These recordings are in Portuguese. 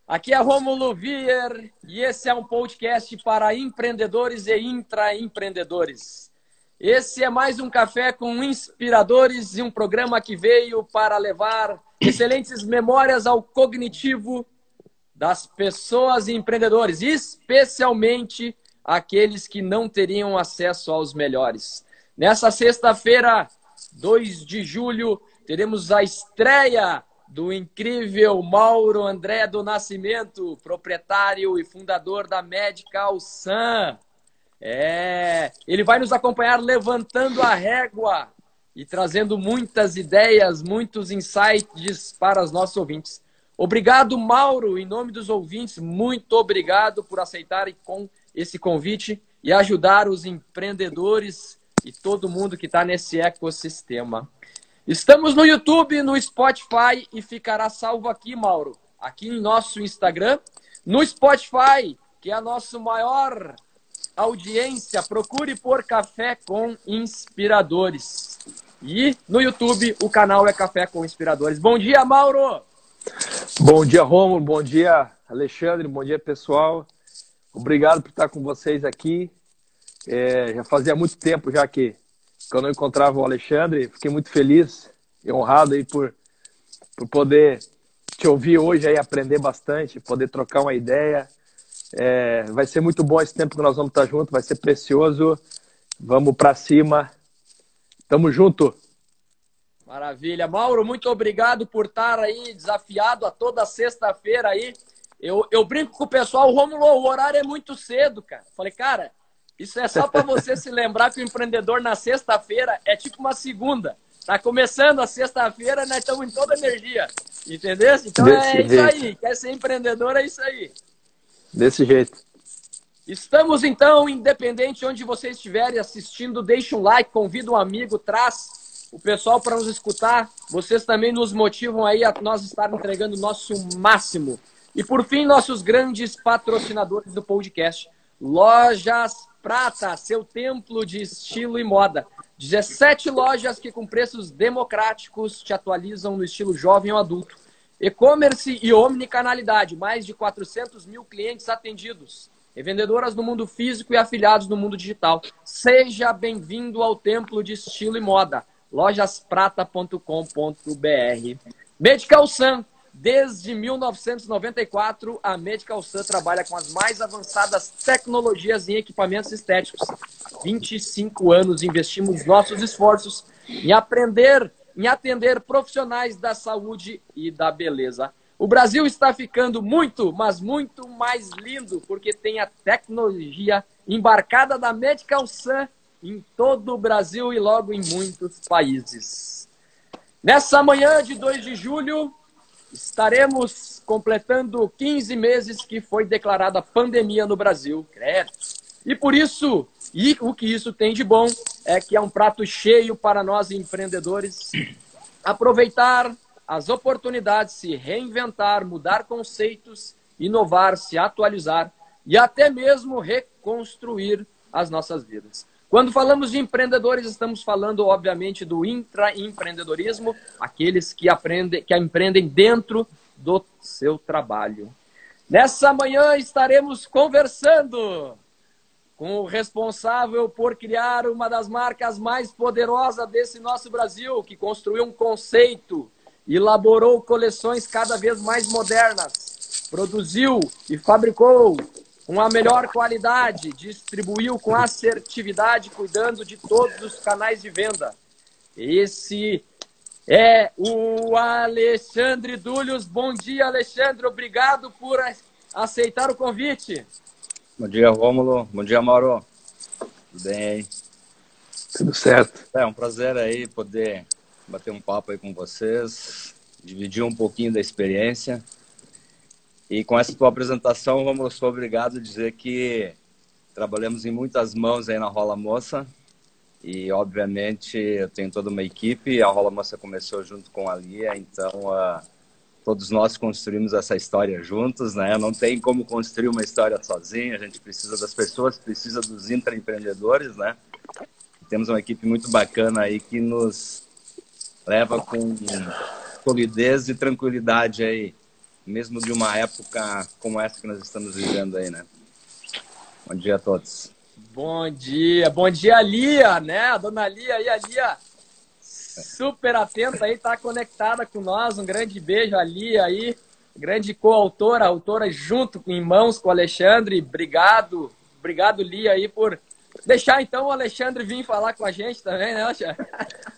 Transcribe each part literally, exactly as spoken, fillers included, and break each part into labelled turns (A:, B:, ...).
A: Aqui é Rômulo Vier e esse é um podcast para empreendedores e intraempreendedores. Esse é mais um café com inspiradores e um programa que veio para levar excelentes memórias ao cognitivo das pessoas e empreendedores, especialmente aqueles que não teriam acesso aos melhores. Nessa sexta-feira, dois de julho, teremos a estreia do incrível Mauro André do Nascimento, proprietário e fundador da Medical Sun. É, ele vai nos acompanhar levantando a régua e trazendo muitas ideias, muitos insights para os nossos ouvintes. Obrigado, Mauro, em nome dos ouvintes, muito obrigado por aceitarem com esse convite e ajudar os empreendedores e todo mundo que está nesse ecossistema. Estamos no YouTube, no Spotify e ficará salvo aqui, Mauro, aqui em nosso Instagram. No Spotify, que é a nossa maior audiência, procure por Café com Inspiradores. E no YouTube, o canal é Café com Inspiradores. Bom dia, Mauro!
B: Bom dia, Rômulo. Bom dia, Alexandre. Bom dia, pessoal. Obrigado por estar com vocês aqui. É, já fazia muito tempo já que que eu não encontrava o Alexandre, fiquei muito feliz e honrado aí por, por poder te ouvir hoje aí, aprender bastante, poder trocar uma ideia. É, vai ser muito bom esse tempo que nós vamos estar juntos, vai ser precioso. Vamos para cima. Tamo junto.
A: Maravilha. Mauro, muito obrigado por estar aí desafiado a toda sexta-feira aí. Eu, eu brinco com o pessoal, Rômulo, o horário é muito cedo, cara. Falei, cara, isso é só para você se lembrar que o empreendedor na sexta-feira é tipo uma segunda. Tá começando a sexta-feira, nós estamos em toda energia. Entendeu? Então
B: Desse
A: é isso
B: jeito.
A: aí. Quer ser empreendedor, é isso aí.
B: Desse jeito.
A: Estamos então, independente onde você estiver assistindo, deixa um like, convida um amigo, traz o pessoal para nos escutar. Vocês também nos motivam aí a nós estar entregando o nosso máximo. E por fim, nossos grandes patrocinadores do podcast. Lojas Prata, seu templo de estilo e moda. dezessete lojas que com preços democráticos te atualizam no estilo jovem ou adulto. E-commerce e omnicanalidade, mais de quatrocentos mil clientes atendidos. Revendedoras no mundo físico e afiliados no mundo digital. Seja bem-vindo ao templo de estilo e moda. lojas prata ponto com ponto br. Medical Sun. Desde mil novecentos e noventa e quatro, a Medical Sun trabalha com as mais avançadas tecnologias em equipamentos estéticos. Há vinte e cinco anos investimos nossos esforços em aprender, em atender profissionais da saúde e da beleza. O Brasil está ficando muito, mas muito mais lindo, porque tem a tecnologia embarcada da Medical Sun em todo o Brasil e logo em muitos países. Nessa manhã de dois de julho, estaremos completando quinze meses que foi declarada pandemia no Brasil, credo. E por isso, e o que isso tem de bom, é que é um prato cheio para nós empreendedores aproveitar as oportunidades, se reinventar, mudar conceitos, inovar, se atualizar e até mesmo reconstruir as nossas vidas. Quando falamos de empreendedores, estamos falando, obviamente, do intraempreendedorismo, aqueles que, aprendem, que empreendem dentro do seu trabalho. Nessa manhã estaremos conversando com o responsável por criar uma das marcas mais poderosas desse nosso Brasil, que construiu um conceito, elaborou coleções cada vez mais modernas, produziu e fabricou com a melhor qualidade, distribuiu com assertividade, cuidando de todos os canais de venda. Esse é o Alexandre Dúlios. Bom dia, Alexandre. Obrigado por aceitar o convite.
C: Bom dia, Rômulo. Bom dia, Mauro. Tudo bem?
B: Tudo certo.
C: É um prazer aí poder bater um papo aí com vocês, dividir um pouquinho da experiência. E com essa tua apresentação, Rômulo, sou obrigado a dizer que trabalhamos em muitas mãos aí na Rola Moça. E, obviamente, eu tenho toda uma equipe. A Rola Moça começou junto com a Lia, então uh, todos nós construímos essa história juntos, né? Não tem como construir uma história sozinho, a gente precisa das pessoas, precisa dos intraempreendedores, né? Temos uma equipe muito bacana aí que nos leva com solidez e tranquilidade aí mesmo de uma época como essa que nós estamos vivendo aí, né? Bom dia a todos.
A: Bom dia, bom dia, Lia, né? A dona Lia aí, a Lia, super atenta aí, tá conectada com nós. Um grande beijo a Lia aí, grande coautora, autora junto em mãos com o Alexandre. Obrigado, obrigado, Lia, aí, por deixar então o Alexandre vir falar com a gente também, né, Alexandre?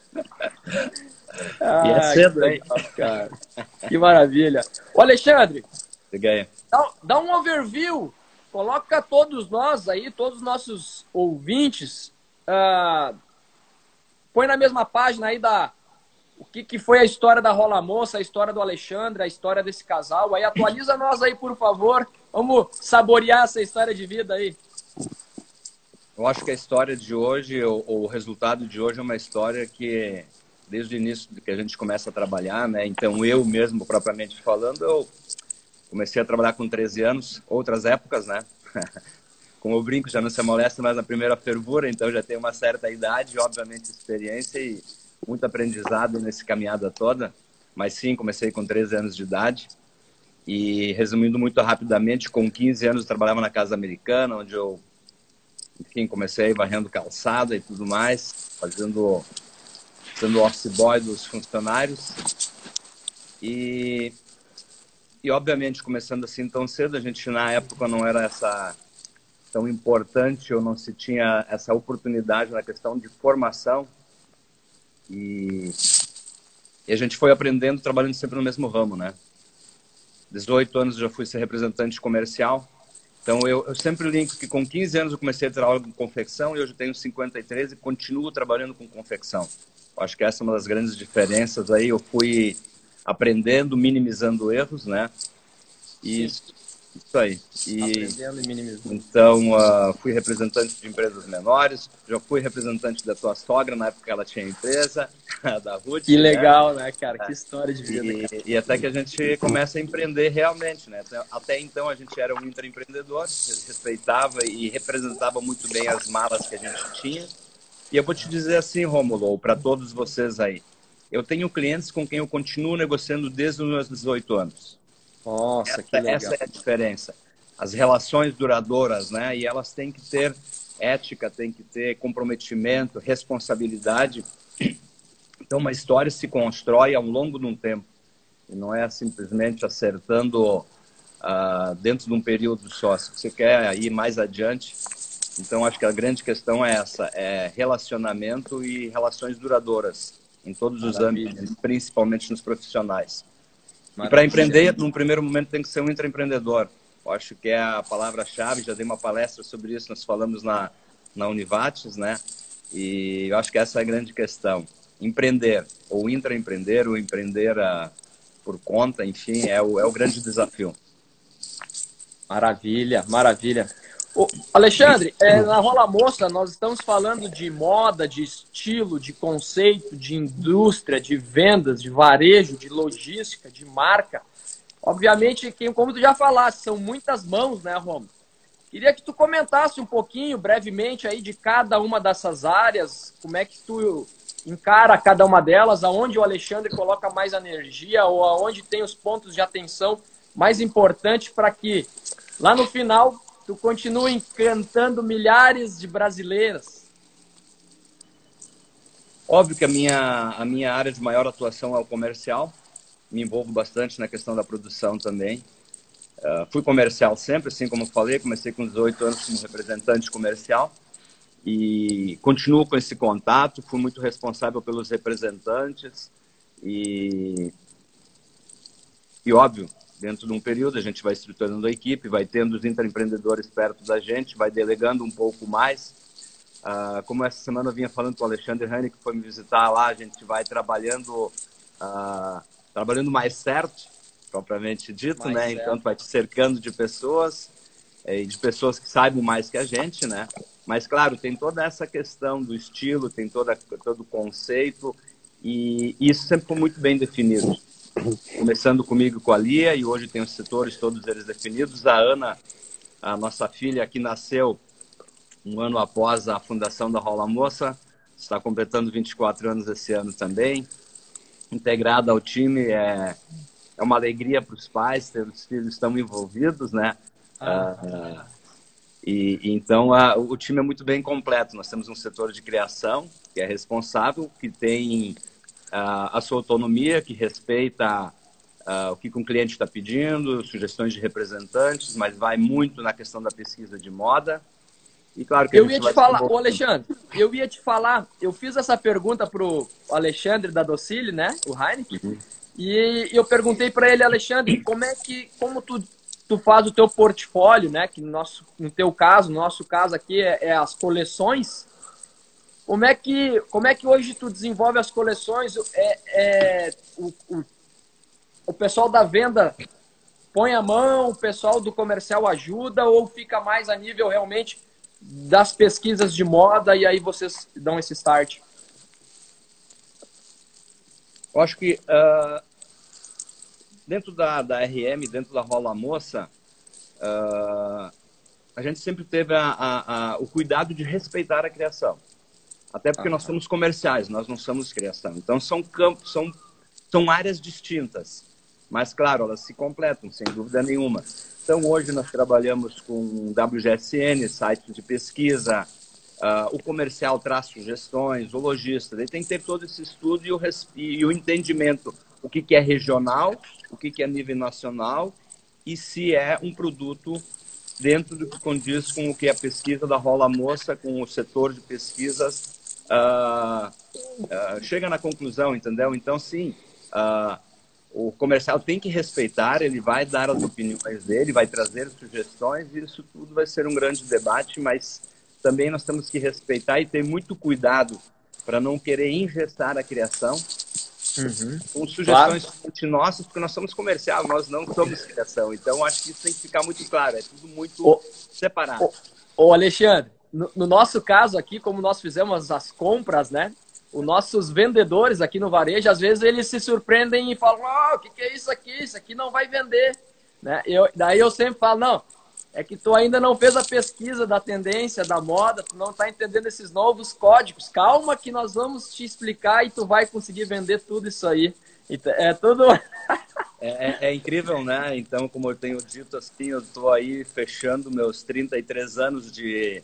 C: E é cedo, hein?
A: Cara. Que maravilha. Ô, Alexandre,
C: Liga
A: dá, dá um overview, coloca todos nós aí, todos os nossos ouvintes, uh, põe na mesma página aí da, o que, que foi a história da Rola Moça, a história do Alexandre, a história desse casal. Aí atualiza nós aí, por favor. Vamos saborear essa história de vida aí.
C: Eu acho que a história de hoje, ou, ou o resultado de hoje é uma história que, desde o início que a gente começa a trabalhar, né? Então, eu mesmo, propriamente falando, eu comecei a trabalhar com treze anos, outras épocas, né? Como eu brinco, já não se molesta mais na primeira fervura, então já tenho uma certa idade, obviamente experiência e muito aprendizado nesse caminhada toda. Mas sim, comecei com treze anos de idade. E, resumindo muito rapidamente, com quinze anos eu trabalhava na Casa Americana, onde eu, enfim, comecei varrendo calçada e tudo mais, fazendo, sendo office boy dos funcionários. E, e, obviamente, começando assim tão cedo, a gente na época não era essa tão importante, ou não se tinha essa oportunidade na questão de formação. E, e a gente foi aprendendo, trabalhando sempre no mesmo ramo, né? dezoito anos eu já fui ser representante comercial. Então, eu, eu sempre linko que com quinze anos eu comecei a trabalhar com confecção e hoje eu tenho cinquenta e três e continuo trabalhando com confecção. Eu acho que essa é uma das grandes diferenças aí. Eu fui aprendendo, minimizando erros, né? E isso, isso aí. E,
A: aprendendo e minimizando.
C: Então, uh, fui representante de empresas menores, já fui representante da tua sogra, na época que ela tinha empresa, da Ruth.
A: Que legal, né, né cara? Que história de vida.
C: E, e até que a gente começa a empreender realmente, né? Até então a gente era um intraempreendedor, respeitava e representava muito bem as malas que a gente tinha. E eu vou te dizer assim, Rômulo, para todos vocês aí, eu tenho clientes com quem eu continuo negociando desde os meus dezoito anos.
A: Nossa,
C: essa,
A: que legal.
C: Essa é a diferença. As relações duradouras, né? E elas têm que ter ética, têm que ter comprometimento, responsabilidade. Então, uma história se constrói ao longo de um tempo. E não é simplesmente acertando uh, dentro de um período só. Se você quer ir mais adiante, então acho que a grande questão é essa, é relacionamento e relações duradouras em todos os
A: Maravilha.
C: âmbitos, principalmente nos profissionais.
A: Maravilha.
C: E para empreender, num primeiro momento, tem que ser um intraempreendedor. Eu acho que é a palavra-chave, já dei uma palestra sobre isso, nós falamos na, na Univates, né? E eu acho que essa é a grande questão. Empreender, ou intraempreender, ou empreender a, por conta, enfim, é o, é o grande desafio.
A: Maravilha, maravilha. Ô, Alexandre, é, na Rola Moça nós estamos falando de moda, de estilo, de conceito, de indústria, de vendas, de varejo, de logística, de marca. Obviamente, que, como tu já falaste, são muitas mãos, né, Romo? Queria que tu comentasse um pouquinho, brevemente, aí de cada uma dessas áreas, como é que tu encara cada uma delas, aonde o Alexandre coloca mais energia ou aonde tem os pontos de atenção mais importantes para que, lá no final, tu continue encantando milhares de brasileiras.
C: Óbvio que a minha, a minha área de maior atuação é o comercial. Me envolvo bastante na questão da produção também. Uh, fui comercial sempre, assim como eu falei, comecei com dezoito anos como representante comercial e continuo com esse contato, fui muito responsável pelos representantes e, e óbvio, dentro de um período a gente vai estruturando a equipe, vai tendo os intraempreendedores perto da gente, vai delegando um pouco mais. Uh, como essa semana eu vinha falando com o Alexandre Rani, que foi me visitar lá, a gente vai trabalhando... Uh, trabalhando mais certo, propriamente dito, mais né? Certo. Então, vai te cercando de pessoas, e de pessoas que sabem mais que a gente, né? Mas, claro, tem toda essa questão do estilo, tem toda, todo o conceito, e, e isso sempre foi muito bem definido. Começando comigo com a Lia, e hoje tem os setores, todos eles definidos. A Ana, a nossa filha, que nasceu um ano após a fundação da Rola Moça, está completando vinte e quatro anos esse ano também. Integrada ao time, é, é uma alegria para os pais ter os filhos estão envolvidos, né? Ah. Uh, e, e então a, o time é muito bem completo. Nós temos um setor de criação que é responsável, que tem uh, a sua autonomia, que respeita uh, o que um cliente está pedindo, sugestões de representantes, mas vai muito na questão da pesquisa de moda. E claro que
A: eu ia te falar, ô Alexandre, eu ia te falar, eu fiz essa pergunta pro Alexandre da Docile, né, o Heineken, uhum. E eu perguntei para ele, Alexandre, como é que, como tu, tu faz o teu portfólio, né, que no, nosso, no teu caso, no nosso caso aqui é, é as coleções, como é que, como é que hoje tu desenvolve as coleções, é, é, o, o, o pessoal da venda põe a mão, o pessoal do comercial ajuda ou fica mais a nível realmente das pesquisas de moda e aí vocês dão esse start?
C: Eu acho que uh, dentro da, da R M, dentro da Rola Moça, uh, a gente sempre teve a, a, a, o cuidado de respeitar a criação. Até porque ah, nós somos comerciais, nós não somos criação. Então são campos, são, são áreas distintas. Mas claro, elas se completam, sem dúvida nenhuma. Então, hoje nós trabalhamos com W G S N, site de pesquisa, uh, o comercial traz sugestões, o lojista, ele tem que ter todo esse estudo e o, e o entendimento, o que, que é regional, o que, que é nível nacional e se é um produto dentro do que condiz com o que é a pesquisa da Rola Moça, com o setor de pesquisas, uh, uh, chega na conclusão, entendeu? Então, sim, uh, o comercial tem que respeitar, ele vai dar as opiniões dele, vai trazer sugestões, e isso tudo vai ser um grande debate, mas também nós temos que respeitar e ter muito cuidado para não querer engessar a criação uhum. com sugestões claro. nossas, porque nós somos comercial, nós não somos criação. Então, acho que isso tem que ficar muito claro, é tudo muito ô, separado.
A: Ô, ô Alexandre, no, no nosso caso aqui, como nós fizemos as compras, né? Os nossos vendedores aqui no varejo, às vezes eles se surpreendem e falam, ah, o que, que é isso aqui? Isso aqui não vai vender. Né? Eu, daí eu sempre falo, não, é que tu ainda não fez a pesquisa da tendência, da moda, tu não está entendendo esses novos códigos. Calma que nós vamos te explicar e tu vai conseguir vender tudo isso aí. É tudo...
C: é, é, é incrível, né? Então, como eu tenho dito assim, eu estou aí fechando meus trinta e três anos de...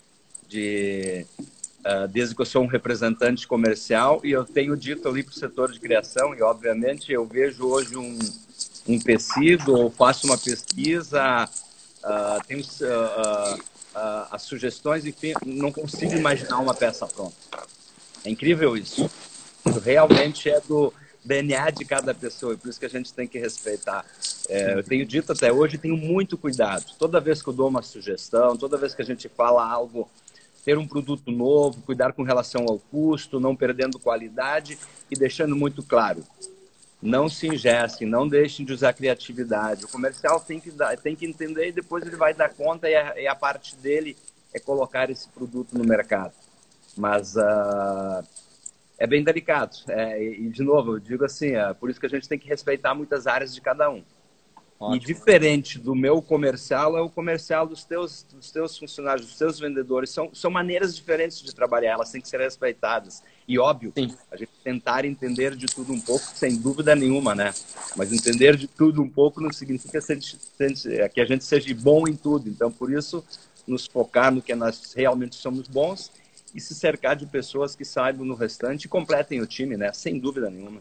C: de... Uh, desde que eu sou um representante comercial e eu tenho dito ali para o setor de criação e obviamente eu vejo hoje um, um tecido ou faço uma pesquisa, uh, tenho uh, uh, uh, as sugestões, enfim, não consigo imaginar uma peça pronta. É incrível isso. Isso realmente é do D N A de cada pessoa e por isso que a gente tem que respeitar. É, eu tenho dito até hoje, tenho muito cuidado. Toda vez que eu dou uma sugestão, toda vez que a gente fala algo, ter um produto novo, cuidar com relação ao custo, não perdendo qualidade e deixando muito claro, não se ingessem, não deixem de usar criatividade. O comercial tem que, dar, tem que entender e depois ele vai dar conta e a, e a parte dele é colocar esse produto no mercado. Mas uh, é bem delicado. É, e, de novo, eu digo assim, é, por isso que a gente tem que respeitar muitas áreas de cada um. Ótimo. E diferente do meu comercial, é o comercial dos teus, dos teus funcionários, dos teus vendedores. São, são maneiras diferentes de trabalhar, elas têm que ser respeitadas. E óbvio, sim, a gente tentar entender de tudo um pouco, sem dúvida nenhuma, né? Mas entender de tudo um pouco não significa ser, ser, que a gente seja bom em tudo. Então, por isso, nos focar no que nós realmente somos bons e se cercar de pessoas que saibam no restante e completem o time, né? Sem dúvida nenhuma.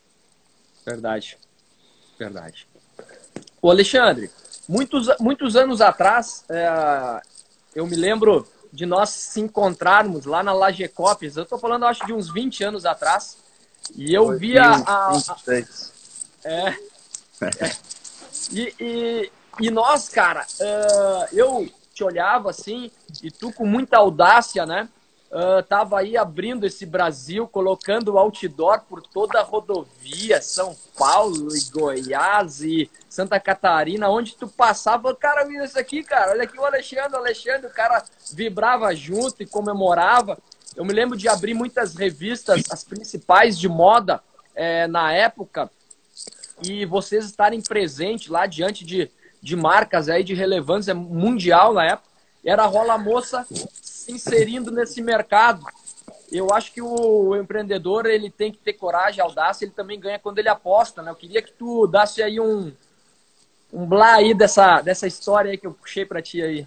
A: Verdade. Verdade. Ô Alexandre, muitos, muitos anos atrás, é, eu me lembro de nós se encontrarmos lá na Lagecopes, eu estou falando, acho, de uns vinte anos atrás, e eu via a... a, a é, é, e, e, e nós, cara, uh, eu te olhava assim, e tu com muita audácia, né? Uh, tava aí abrindo esse Brasil, colocando outdoor por toda a rodovia, São Paulo e Goiás e Santa Catarina, onde tu passava, cara, olha isso aqui, cara, olha aqui o Alexandre, o Alexandre, o cara vibrava junto e comemorava. Eu me lembro de abrir muitas revistas, as principais de moda é, na época, e vocês estarem presentes lá diante de, de marcas aí de relevância mundial na época, era a Rola Moça se inserindo nesse mercado. eu acho que o, o empreendedor ele tem que ter coragem, audácia, ele também ganha quando ele aposta, né? Eu queria que tu dasse aí um, um blá aí dessa, dessa história aí que eu puxei para ti aí.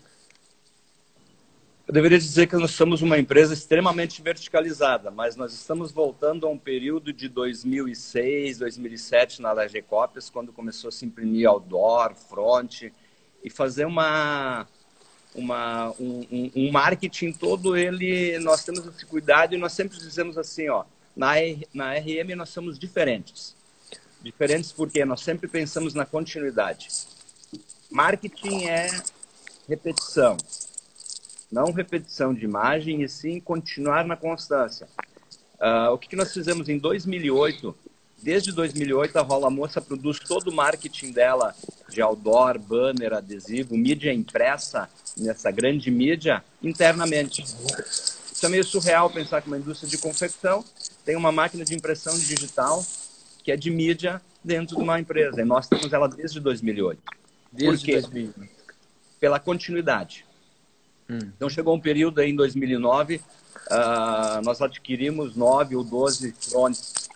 C: Eu deveria dizer que nós somos uma empresa extremamente verticalizada, mas nós estamos voltando a um período de dois mil e seis, dois mil e sete na L G Cópias, quando começou a se imprimir outdoor, front, e fazer uma, uma, um, um, um marketing todo ele, nós temos esse cuidado e nós sempre dizemos assim, ó, na, R, na R M nós somos diferentes. Diferentes porque nós sempre pensamos na continuidade. Marketing é repetição. Não repetição de imagem, e sim continuar na constância. Uh, o que, que nós fizemos em dois mil e oito? Desde dois mil e oito, a Rola Moça produz todo o marketing dela de outdoor, banner, adesivo, mídia impressa, nessa grande mídia, internamente. Isso é meio surreal pensar que uma indústria de confecção tem uma máquina de impressão digital que é de mídia dentro de uma empresa. E nós temos ela desde dois mil e oito.
A: Desde
C: Por quê?
A: dois mil.
C: Pela continuidade. Hum. Então chegou um período aí em dois mil e nove, uh, nós adquirimos nove ou doze fronts,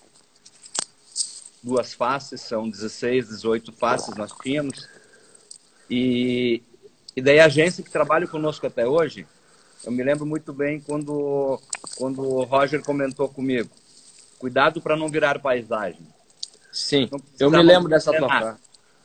C: duas faces, são dezesseis, dezoito faces nós tínhamos. E, e daí a agência que trabalha conosco até hoje, eu me lembro muito bem quando, quando o Roger comentou comigo, cuidado para não virar paisagem.
A: Sim, eu me lembro dessa tua frase.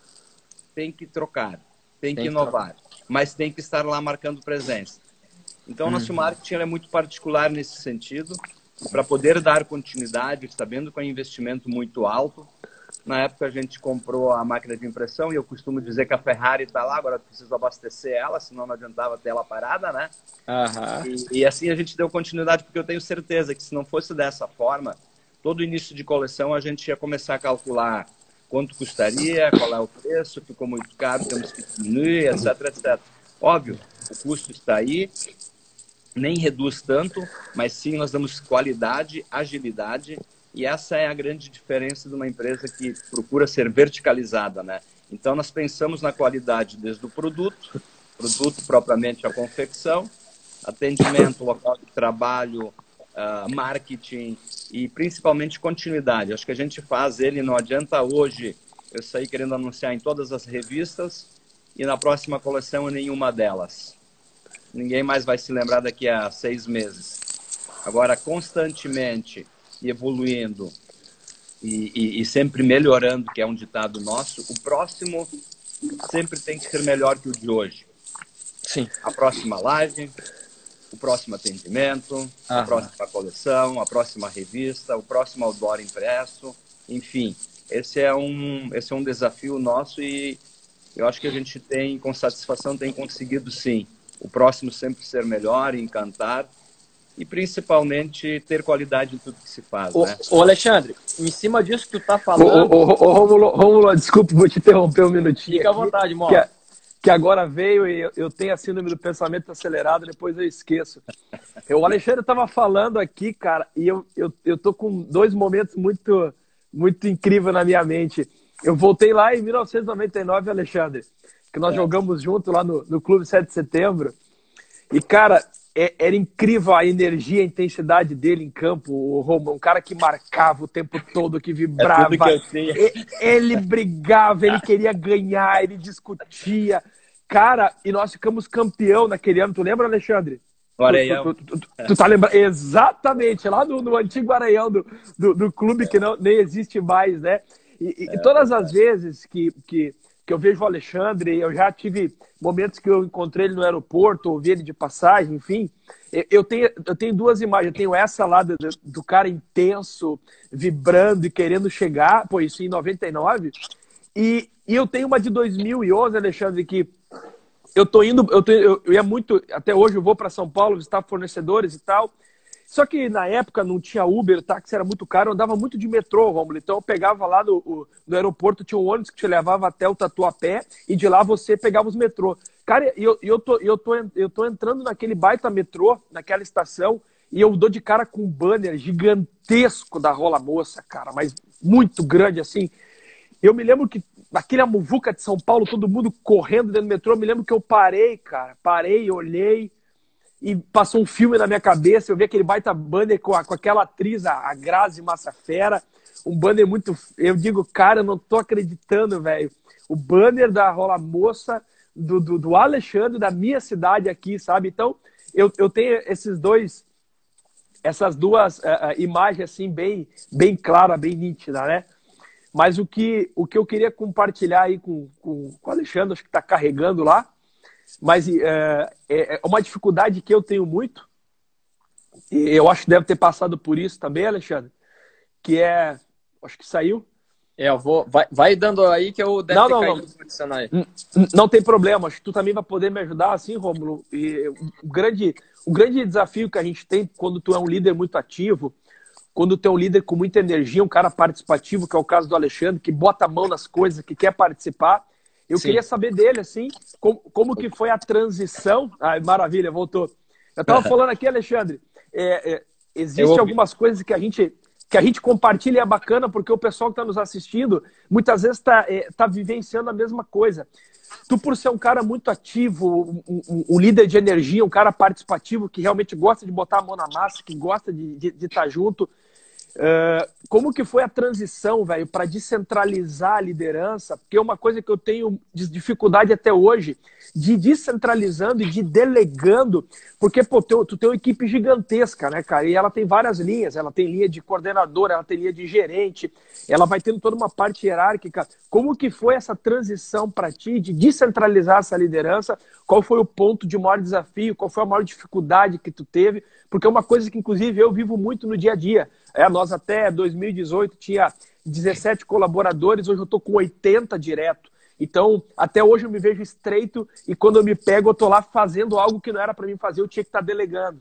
C: Tem que trocar, tem, tem que inovar. Que mas tem que estar lá marcando presença. Então, o nosso uhum. marketing é muito particular nesse sentido, para poder dar continuidade, sabendo que é um investimento muito alto. Na época, a gente comprou a máquina de impressão, e eu costumo dizer que a Ferrari está lá, agora preciso abastecer ela, senão não adiantava ter ela parada, né? Uhum. E, e assim a gente deu continuidade, porque eu tenho certeza que se não fosse dessa forma, todo início de coleção a gente ia começar a calcular quanto custaria, qual é o preço, ficou muito caro, temos que diminuir, etc, etcétera. Óbvio, o custo está aí, nem reduz tanto, mas sim nós damos qualidade, agilidade, e essa é a grande diferença de uma empresa que procura ser verticalizada, né? Então nós pensamos na qualidade desde o produto, produto propriamente a confecção, atendimento, local de trabalho, Uh, marketing e principalmente continuidade. Acho que a gente faz ele, não adianta hoje eu sair querendo anunciar em todas as revistas e na próxima coleção em nenhuma delas. Ninguém mais vai se lembrar daqui a seis meses. Agora, constantemente evoluindo e, e, e sempre melhorando, que é um ditado nosso, o próximo sempre tem que ser melhor que o de hoje.
A: Sim.
C: A próxima live, o próximo atendimento, uhum. a próxima coleção, a próxima revista, o próximo outdoor impresso, enfim, esse é um, esse é um desafio nosso e eu acho que a gente tem, com satisfação, tem conseguido sim, o próximo sempre ser melhor, encantar e principalmente ter qualidade em tudo que se faz,
A: ô,
C: né?
A: Ô Alexandre, em cima disso que tu tá falando...
B: Ô, ô, ô, ô Rômulo, Rômulo, desculpa, vou te interromper um minutinho.
A: Fica à vontade, Mora.
B: Que agora veio e eu tenho a síndrome do pensamento acelerado, depois eu esqueço. O Alexandre estava falando aqui, cara, e eu, eu, eu tô com dois momentos muito, muito incríveis na minha mente. Eu voltei lá em mil novecentos e noventa e nove, Alexandre, que nós é. jogamos junto lá no, no Clube sete de setembro. E, cara, é, era incrível a energia, a intensidade dele em campo, o Romulo, um cara que marcava o tempo todo, que vibrava.
C: É tudo que eu tinha.
B: Ele brigava, ele queria ganhar, ele discutia. Cara, e nós ficamos campeão naquele ano. Tu lembra, Alexandre?
C: O Areião.
B: Tu, tu, tu, tu, tu tá lembrando? Exatamente, lá no, no antigo Areião do, do, do clube que não, nem existe mais, né? E, e, é, e todas é as vezes que, que, que eu vejo o Alexandre, eu já tive momentos que eu encontrei ele no aeroporto, ouvi ele de passagem, enfim. Eu, eu, tenho, eu tenho duas imagens. Eu tenho essa lá do, do cara intenso, vibrando e querendo chegar. Pô, isso em noventa e nove. E, e eu tenho uma de dois mil e onze, Alexandre, que eu tô indo, eu, tô, eu, eu ia muito, até hoje eu vou para São Paulo visitar fornecedores e tal. Só que na época não tinha Uber, o táxi era muito caro, eu andava muito de metrô, Romulo. Então eu pegava lá no, no aeroporto, tinha um ônibus que te levava até o Tatuapé e de lá você pegava os metrô. Cara, eu, eu, tô, eu, tô, eu tô entrando naquele baita metrô, naquela estação, e eu dou de cara com um banner gigantesco da Rola Moça, cara, mas muito grande assim. Eu me lembro que aquele muvuca de São Paulo, todo mundo correndo dentro do metrô, eu me lembro que eu parei, cara, parei, olhei e passou um filme na minha cabeça, eu vi aquele baita banner com, a, com aquela atriz, a, a Grazi Massafera, um banner muito... Eu digo, cara, eu não tô acreditando, velho. O banner da Rola Moça, do, do, do Alexandre, da minha cidade aqui, sabe? Então, eu, eu tenho esses dois, essas duas uh, imagens, assim, bem, bem claras, bem nítidas, né? Mas o que, o que eu queria compartilhar aí com, com, com o Alexandre, acho que está carregando lá, mas uh, é uma dificuldade que eu tenho muito, e eu acho que deve ter passado por isso também, Alexandre, que é... Acho que saiu.
A: É, eu vou... Vai, vai dando aí que eu deve
B: não,
A: ter
B: não,
A: caído
B: não.
A: aí.
B: Não tem problema. Acho que tu também vai poder me ajudar assim, Rômulo. E o grande, o grande desafio que a gente tem quando tu é um líder muito ativo, quando tu é um líder com muita energia, um cara participativo, que é o caso do Alexandre, que bota a mão nas coisas, que quer participar. Eu Sim. queria saber dele, assim, como, como que foi a transição. Ai, maravilha, voltou. Eu tava falando aqui, Alexandre, é, é, existem algumas coisas que a gente... que a gente compartilha é bacana, porque o pessoal que está nos assistindo muitas vezes está é, tá vivenciando a mesma coisa. Tu, por ser um cara muito ativo, um, um, um líder de energia, um cara participativo, que realmente gosta de botar a mão na massa, que gosta de estar de, de tá junto, uh, como que foi a transição, velho, para descentralizar a liderança? Porque é uma coisa que eu tenho dificuldade até hoje, de descentralizando e de delegando, porque, pô, tu, tu tem uma equipe gigantesca, né, cara? E ela tem várias linhas, ela tem linha de coordenador, ela tem linha de gerente, ela vai tendo toda uma parte hierárquica. Como que foi essa transição para ti de descentralizar essa liderança? Qual foi o ponto de maior desafio? Qual foi a maior dificuldade que tu teve? Porque é uma coisa que, inclusive, eu vivo muito no dia a dia. É, nós até dois mil e dezoito tinha dezessete colaboradores, hoje eu estou com oitenta direto. Então, até hoje eu me vejo estreito e quando eu me pego, eu tô lá fazendo algo que não era para mim fazer, eu tinha que estar tá delegando.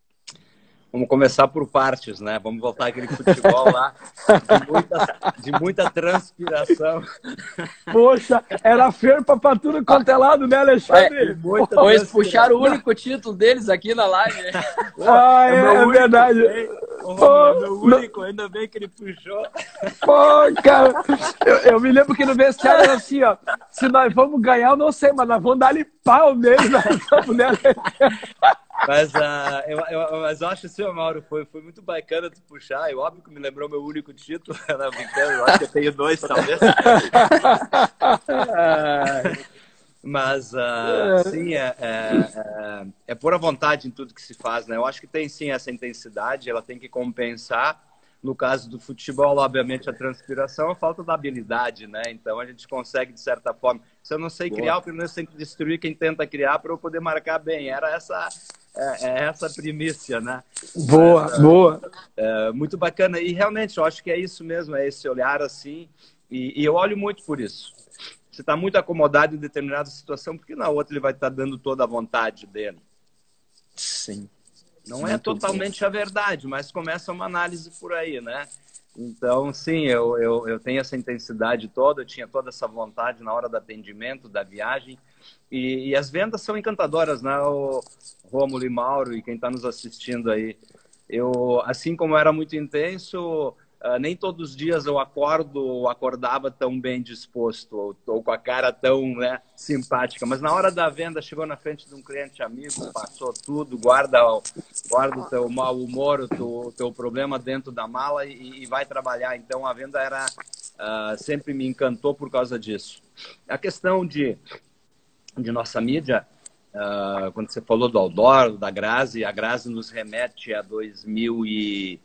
C: Vamos começar por partes, né? Vamos voltar àquele futebol lá, de muita, de muita transpiração.
B: Poxa, era ferpa para tudo quanto é lado, né, Alexandre?
A: Pois puxaram o único título deles aqui na live.
B: Ah, é, é, é verdade.
C: Ô, Romulo, é meu único, ainda bem que ele puxou.
B: Pô, cara, eu, eu me lembro que no vestiário era assim, ó, se nós vamos ganhar, eu não sei, mas nós vamos dar-lhe pau nele, nós vamos, né?
C: Mas, uh, eu, eu, mas eu acho assim, Mauro, foi, foi muito bacana tu puxar. E óbvio que me lembrou meu único título. Não, brincando, eu acho que eu tenho dois, talvez. Mas, uh, sim, é, é, é pura vontade em tudo que se faz, né? Eu acho que tem, sim, essa intensidade, ela tem que compensar. No caso do futebol, obviamente, a transpiração, a falta da habilidade, né? Então, a gente consegue, de certa forma... Se eu não sei criar, Boa. Pelo menos tem que destruir quem tenta criar para eu poder marcar bem. Era essa, é, é essa a primícia, né?
B: Boa,
C: Mas,
B: boa.
C: É, muito bacana. E, realmente, eu acho que é isso mesmo, é esse olhar assim. E, e eu olho muito por isso. Você está muito acomodado em determinada situação, porque na outra ele vai estar dando toda a vontade dele.
A: Sim.
C: Não é totalmente a verdade, mas começa uma análise por aí, né? Então, sim, eu, eu, eu tenho essa intensidade toda, eu tinha toda essa vontade na hora do atendimento, da viagem. E, e as vendas são encantadoras, né? O Rômulo e Mauro e quem está nos assistindo aí. Eu, assim como era muito intenso... Uh, nem todos os dias eu acordo ou acordava tão bem disposto ou, ou com a cara tão, né, simpática. Mas na hora da venda, chegou na frente de um cliente amigo, passou tudo, guarda, guarda o teu mau humor, o teu, teu problema dentro da mala e, e vai trabalhar. Então a venda era, uh, sempre me encantou por causa disso. A questão de, de nossa mídia, uh, quando você falou do outdoor, da Grazi, a Grazi nos remete a dois mil e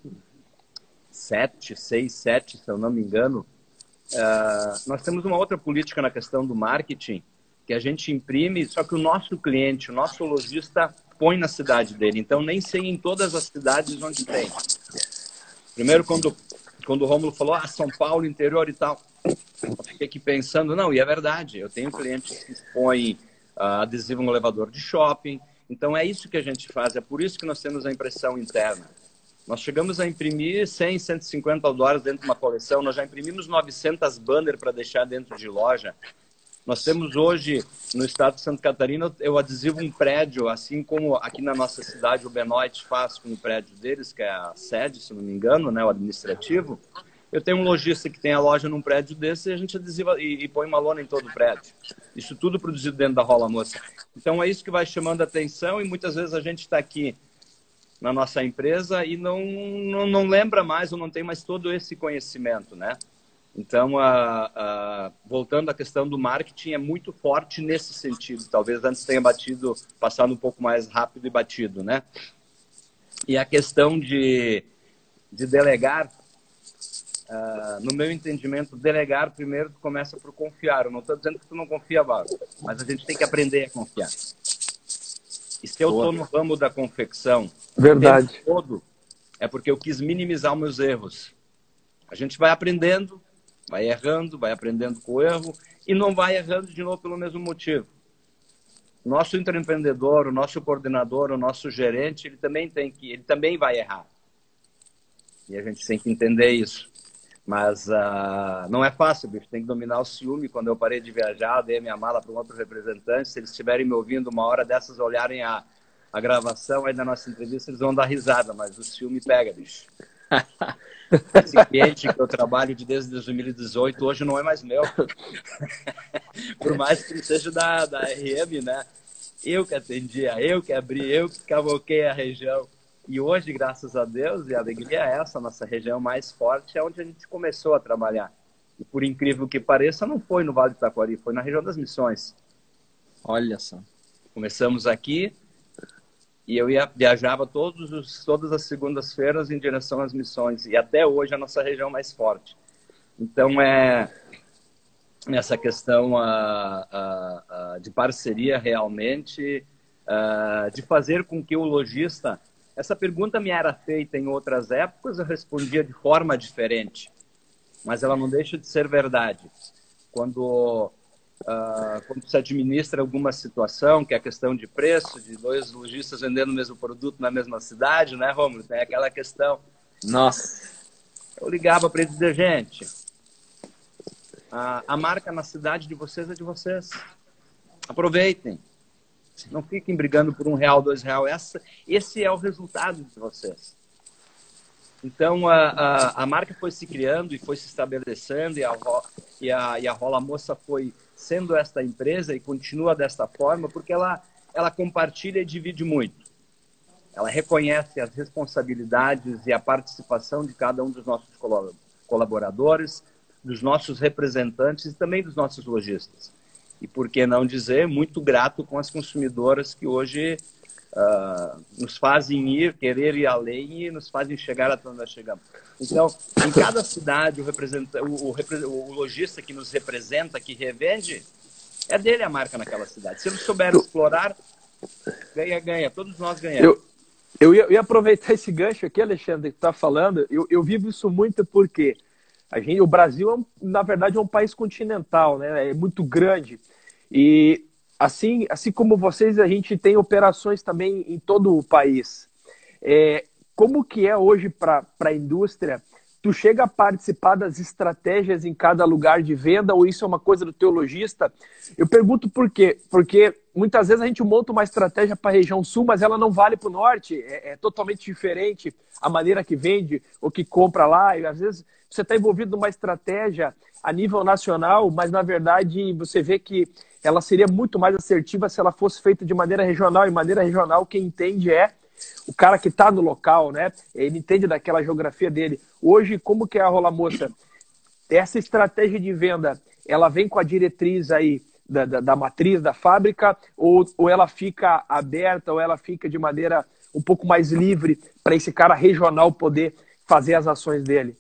C: sete, seis, sete, se eu não me engano, uh, nós temos uma outra política na questão do marketing, que a gente imprime, só que o nosso cliente, o nosso lojista põe na cidade dele. Então, nem sei em todas as cidades onde tem. Primeiro, quando, quando o Rômulo falou, ah, São Paulo, interior e tal, eu fiquei aqui pensando, não, e é verdade, eu tenho clientes que põem uh, adesivo no elevador de shopping. Então, é isso que a gente faz, é por isso que nós temos a impressão interna. Nós chegamos a imprimir cem, cento e cinquenta outdoors dentro de uma coleção. Nós já imprimimos novecentos banners para deixar dentro de loja. Nós temos hoje, no estado de Santa Catarina, eu adesivo um prédio, assim como aqui na nossa cidade o Benoit faz com o prédio deles, que é a sede, se não me engano, né, o administrativo. Eu tenho um lojista que tem a loja num prédio desse e a gente adesiva e, e põe uma lona em todo o prédio. Isso tudo produzido dentro da Rola Moça. Então é isso que vai chamando a atenção e muitas vezes a gente está aqui na nossa empresa e não, não, não lembra mais ou não tem mais todo esse conhecimento, né? Então, a, a, voltando à questão do marketing, é muito forte nesse sentido. Talvez antes tenha batido, passado um pouco mais rápido e batido, né? E a questão de, de delegar, uh, no meu entendimento, delegar primeiro tu começa por confiar. Eu não estou dizendo que tu não confia, Bárbara, mas a gente tem que aprender a confiar. E se eu estou no ramo da confecção,
B: verdade,
C: o tempo todo, é porque eu quis minimizar os meus erros. A gente vai aprendendo, vai errando, vai aprendendo com o erro e não vai errando de novo pelo mesmo motivo. Nosso intraempreendedor, o nosso coordenador, o nosso gerente, ele também tem que, ele também vai errar. E a gente tem que entender isso. Mas uh, não é fácil, bicho. Tem que dominar o ciúme. Quando eu parei de viajar, dei a minha mala para um outro representante. Se eles estiverem me ouvindo uma hora dessas, olharem a, a gravação aí da nossa entrevista, eles vão dar risada, mas o ciúme pega, bicho. Esse cliente que eu trabalho de desde dois mil e dezoito, hoje não é mais meu. Por mais que ele seja da, da R M, né? Eu que atendia, eu que abri, eu que cavoquei a região. E hoje, graças a Deus, e a alegria é essa, nossa região mais forte, é onde a gente começou a trabalhar. E por incrível que pareça, não foi no Vale do Taquari, foi na região das Missões.
A: Olha só.
C: Começamos aqui e eu ia, viajava todos os, todas as segundas-feiras em direção às Missões. E até hoje é a nossa região mais forte. Então, é essa questão a, a, a, de parceria realmente, a, de fazer com que o lojista... Essa pergunta me era feita em outras épocas, eu respondia de forma diferente, mas ela não deixa de ser verdade. Quando, uh, quando se administra alguma situação, que é a questão de preço, de dois lojistas vendendo o mesmo produto na mesma cidade, né, Rômulo? Tem aquela questão.
A: Nossa.
C: Eu ligava para ele dizer, gente, a, a marca na cidade de vocês é de vocês. Aproveitem. Não fiquem brigando por um real, dois real. Essa, esse é o resultado de vocês. Então, a, a, a marca foi se criando e foi se estabelecendo e a, e, a, e a Rola Moça foi sendo esta empresa e continua desta forma porque ela, ela compartilha e divide muito. Ela reconhece as responsabilidades e a participação de cada um dos nossos colaboradores, dos nossos representantes e também dos nossos lojistas. E por que não dizer, muito grato com as consumidoras que hoje uh, nos fazem ir, querer ir além e nos fazem chegar até onde nós chegamos. Então, em cada cidade, o, representa, o, o, o lojista que nos representa, que revende, é dele a marca naquela cidade. Se ele souber explorar, ganha, ganha. Todos nós ganhamos.
B: Eu, eu, ia, eu ia aproveitar esse gancho aqui, Alexandre, que tu está falando. Eu, eu vivo isso muito porque a gente, o Brasil, é um, na verdade, é um país continental, né? É muito grande. E assim, assim como vocês, a gente tem operações também em todo o país. É, como que é hoje para a indústria? Tu chega a participar das estratégias em cada lugar de venda ou isso é uma coisa do teu lojista? Eu pergunto por quê? Porque muitas vezes a gente monta uma estratégia para a região sul, mas ela não vale para o norte. É, é totalmente diferente a maneira que vende ou que compra lá. E às vezes você está envolvido numa estratégia a nível nacional, mas na verdade você vê que ela seria muito mais assertiva se ela fosse feita de maneira regional. E maneira regional, quem entende é o cara que está no local, né? Ele entende daquela geografia dele. Hoje, como que é a Rola Moça? Essa estratégia de venda, ela vem com a diretriz aí da, da, da matriz da fábrica ou, ou ela fica aberta ou ela fica de maneira um pouco mais livre para esse cara regional poder fazer as ações dele?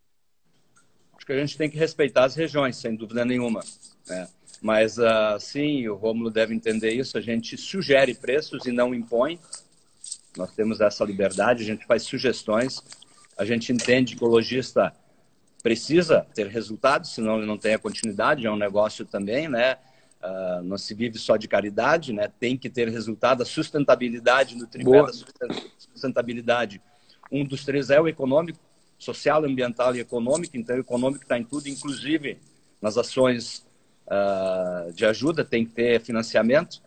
C: Acho que a gente tem que respeitar as regiões, sem dúvida nenhuma, né? Mas, uh, sim, o Rômulo deve entender isso, a gente sugere preços e não impõe. Nós temos essa liberdade, a gente faz sugestões, a gente entende que o lojista precisa ter resultados, senão ele não tem a continuidade, é um negócio também, né? Uh, não se vive só de caridade, né? Tem que ter resultado, a sustentabilidade no tripé da sustentabilidade. Um dos três é o econômico, social, ambiental e econômico, então o econômico está em tudo, inclusive nas ações uh, de ajuda, tem que ter financiamento.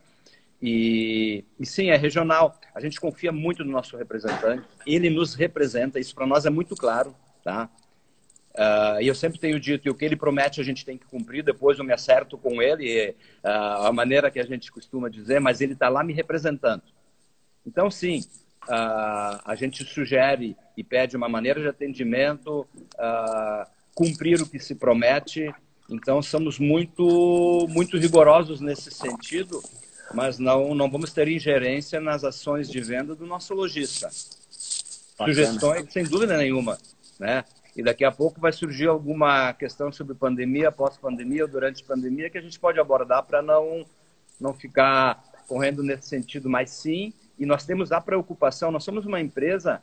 C: E, e sim, é regional. A gente confia muito no nosso representante. Ele nos representa, isso para nós é muito claro, tá? Uh, e eu sempre tenho dito que o que ele promete a gente tem que cumprir, depois eu me acerto com ele, uh, a maneira que a gente costuma dizer, mas ele está lá me representando. Então, sim, uh, a gente sugere e pede uma maneira de atendimento, uh, cumprir o que se promete. Então, somos muito, muito rigorosos nesse sentido, mas não, não vamos ter ingerência nas ações de venda do nosso lojista. Bacana. Sugestões, sem dúvida nenhuma, né? E daqui a pouco vai surgir alguma questão sobre pandemia, pós-pandemia ou durante a pandemia que a gente pode abordar para não, não ficar correndo nesse sentido. Mas sim, e nós temos a preocupação, nós somos uma empresa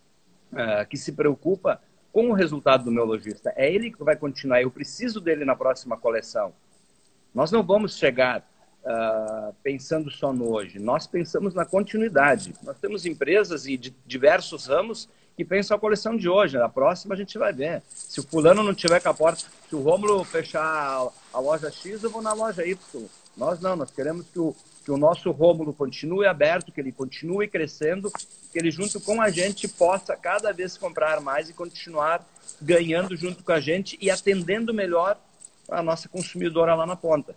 C: uh, que se preocupa com o resultado do meu lojista. É ele que vai continuar, eu preciso dele na próxima coleção. Nós não vamos chegar uh, pensando só no hoje, nós pensamos na continuidade. Nós temos empresas e de diversos ramos que pensam a coleção de hoje, na próxima a gente vai ver. Se o fulano não tiver com a porta, se o Rômulo fechar a, a loja X, eu vou na loja Y. Nós não, nós queremos que o, que o nosso Rômulo continue aberto, que ele continue crescendo, que ele junto com a gente possa cada vez comprar mais e continuar ganhando junto com a gente e atendendo melhor a nossa consumidora lá na ponta.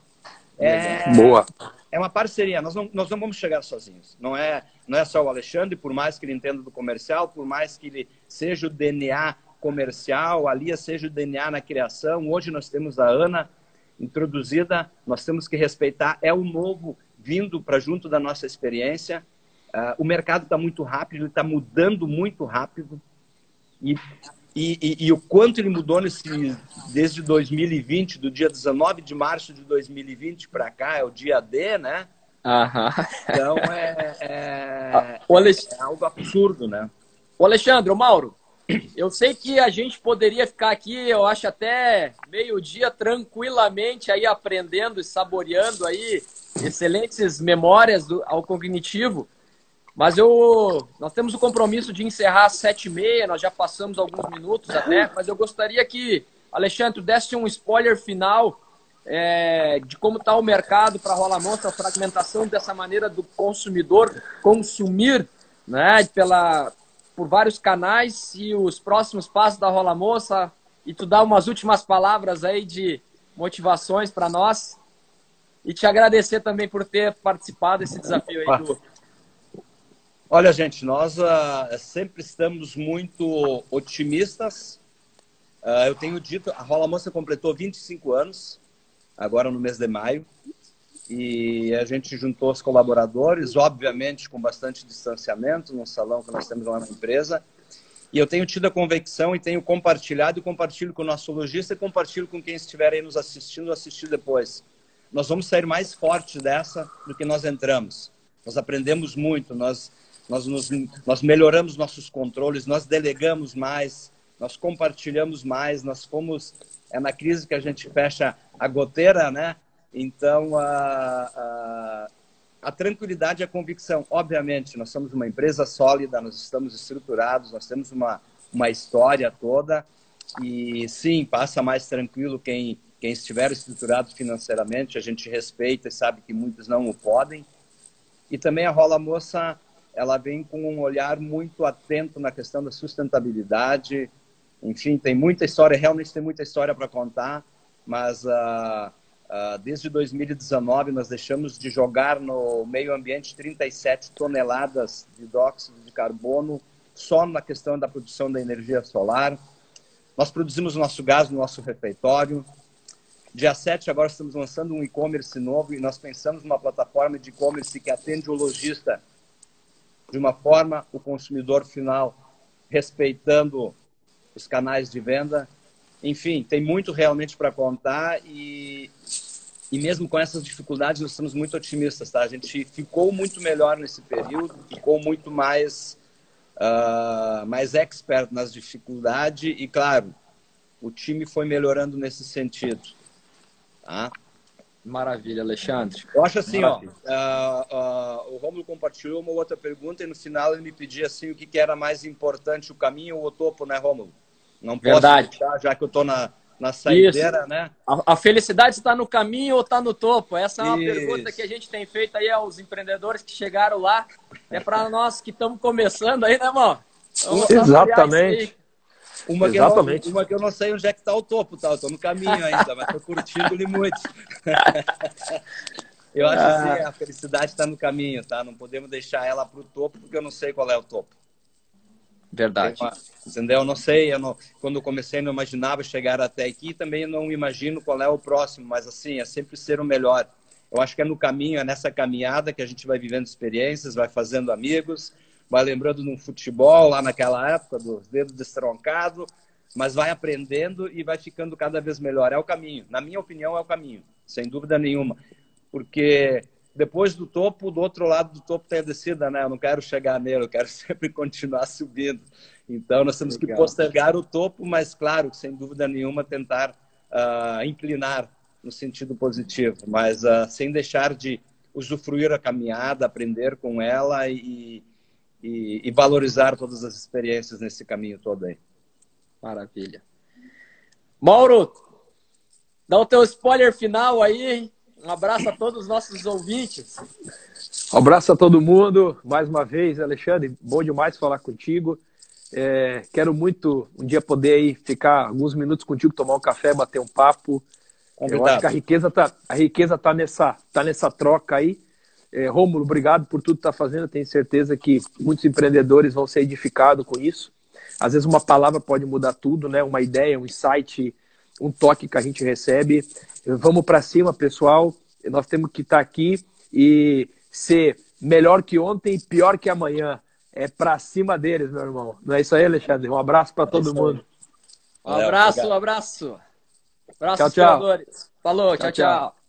C: É,
B: Boa.
C: É uma parceria, nós não, nós não vamos chegar sozinhos. Não é, não é só o Alexandre, por mais que ele entenda do comercial, por mais que ele seja o D N A comercial, a Lia seja o D N A na criação. Hoje nós temos a Ana introduzida, nós temos que respeitar, é o novo vindo para junto da nossa experiência. Uh, o mercado está muito rápido, ele está mudando muito rápido. E, e, e, e o quanto ele mudou nesse, desde dois mil e vinte, do dia dezenove de março de dois mil e vinte para cá, é o dia D, né?
A: Aham.
C: Então é, é,
A: o Alex...
C: é algo absurdo, né?
A: Ô Alexandre, ô Mauro, eu sei que a gente poderia ficar aqui, eu acho até meio-dia tranquilamente aí aprendendo e saboreando aí excelentes memórias do, ao cognitivo. Mas eu, nós temos o compromisso de encerrar às sete e meia, nós já passamos alguns minutos até, mas eu gostaria que, Alexandre, desse um spoiler final é, de como está o mercado para a Rola Monster, a fragmentação dessa maneira do consumidor consumir, né, pela, por vários canais e os próximos passos da Rola Moça, e tu dá umas últimas palavras aí de motivações para nós e te agradecer também por ter participado desse desafio aí do...
C: Olha, gente, nós uh, sempre estamos muito otimistas. Uh, eu tenho dito, a Rola Moça completou vinte e cinco anos, agora no mês de maio, e a gente juntou os colaboradores, obviamente com bastante distanciamento, no salão que nós temos lá na empresa, e eu tenho tido a convicção e tenho compartilhado, e compartilho com o nosso lojista e compartilho com quem estiver aí nos assistindo ou assistir depois. Nós vamos sair mais fortes dessa do que nós entramos. Nós aprendemos muito, nós... Nós, nos, nós melhoramos nossos controles, nós delegamos mais, nós compartilhamos mais, nós fomos... É na crise que a gente fecha a goteira, né? Então, a, a, a tranquilidade e a convicção. Obviamente, nós somos uma empresa sólida, nós estamos estruturados, nós temos uma, uma história toda. E, sim, passa mais tranquilo quem, quem estiver estruturado financeiramente. A gente respeita e sabe que muitos não o podem. E também a Rola Moça... ela vem com um olhar muito atento na questão da sustentabilidade. Enfim, tem muita história, realmente tem muita história para contar, mas uh, uh, desde dois mil e dezenove nós deixamos de jogar no meio ambiente trinta e sete toneladas de dióxido de carbono só na questão da produção da energia solar. Nós produzimos o nosso gás no nosso refeitório. Dia sete, agora estamos lançando um e-commerce novo e nós pensamos numa plataforma de e-commerce que atende o lojista de uma forma, o consumidor final respeitando os canais de venda. Enfim, tem muito realmente para contar e, e mesmo com essas dificuldades nós estamos muito otimistas, tá? A gente ficou muito melhor nesse período, ficou muito mais, uh, mais expert nas dificuldades e, claro, o time foi melhorando nesse sentido, tá?
A: Maravilha, Alexandre.
C: Eu acho assim, ó, uh, uh, o Rômulo compartilhou uma outra pergunta e no final ele me pedia assim, o que, que era mais importante, o caminho ou o topo, né, Rômulo? Não posso
A: Verdade.
C: Deixar, já que eu tô na, na saideira,
A: Isso.
C: Né?
A: A, a felicidade está no caminho ou está no topo? Essa é uma
C: Isso.
A: pergunta que a gente tem feito aí aos empreendedores que chegaram lá. É para nós que estamos começando aí, né, irmão?
B: Exatamente.
C: Uma que,
B: Exatamente.
C: eu, uma que eu não sei onde é que está o topo, tá? Eu tô no caminho ainda, mas tô curtindo-lhe muito. Eu acho
A: Ah.
C: assim, a felicidade está no caminho, tá? Não podemos deixar ela para o topo, porque eu não sei qual é o topo.
A: Verdade.
C: Uma, entendeu? Eu não sei, eu não, quando eu comecei não imaginava chegar até aqui, também não imagino qual é o próximo, mas assim, é sempre ser o melhor. Eu acho que é no caminho, é nessa caminhada que a gente vai vivendo experiências, vai fazendo amigos, vai lembrando no futebol, lá naquela época, dos dedos destroncados, mas vai aprendendo e vai ficando cada vez melhor. É o caminho. Na minha opinião, é o caminho, sem dúvida nenhuma. Porque depois do topo, do outro lado do topo tem a descida, né? Eu não quero chegar nele, eu quero sempre continuar subindo. Então, nós temos Legal. que postergar o topo, mas, claro, sem dúvida nenhuma, tentar uh, inclinar no sentido positivo, mas uh, sem deixar de usufruir a caminhada, aprender com ela e, e, e valorizar todas as experiências nesse caminho todo aí.
A: Maravilha. Mauro, dá o teu spoiler final aí. Um abraço a todos os nossos ouvintes.
B: Um abraço a todo mundo. Mais uma vez, Alexandre, bom demais falar contigo. É, quero muito um dia poder aí ficar alguns minutos contigo, tomar um café, bater um papo. Convidado. Eu acho que a riqueza tá, a riqueza tá nessa, tá nessa troca aí. É, Rômulo, obrigado por tudo que tá fazendo. Eu tenho certeza que muitos empreendedores vão ser edificados com isso. Às vezes uma palavra pode mudar tudo, né? Uma ideia, um insight, um toque que a gente recebe. Vamos para cima, pessoal. Nós temos que estar aqui e ser melhor que ontem e pior que amanhã. É para cima deles, meu irmão. Não é isso aí, Alexandre? Um abraço para todo mundo.
A: Um abraço, um abraço. Abraço,
B: tchau, tchau.
A: Falou, tchau, tchau. tchau.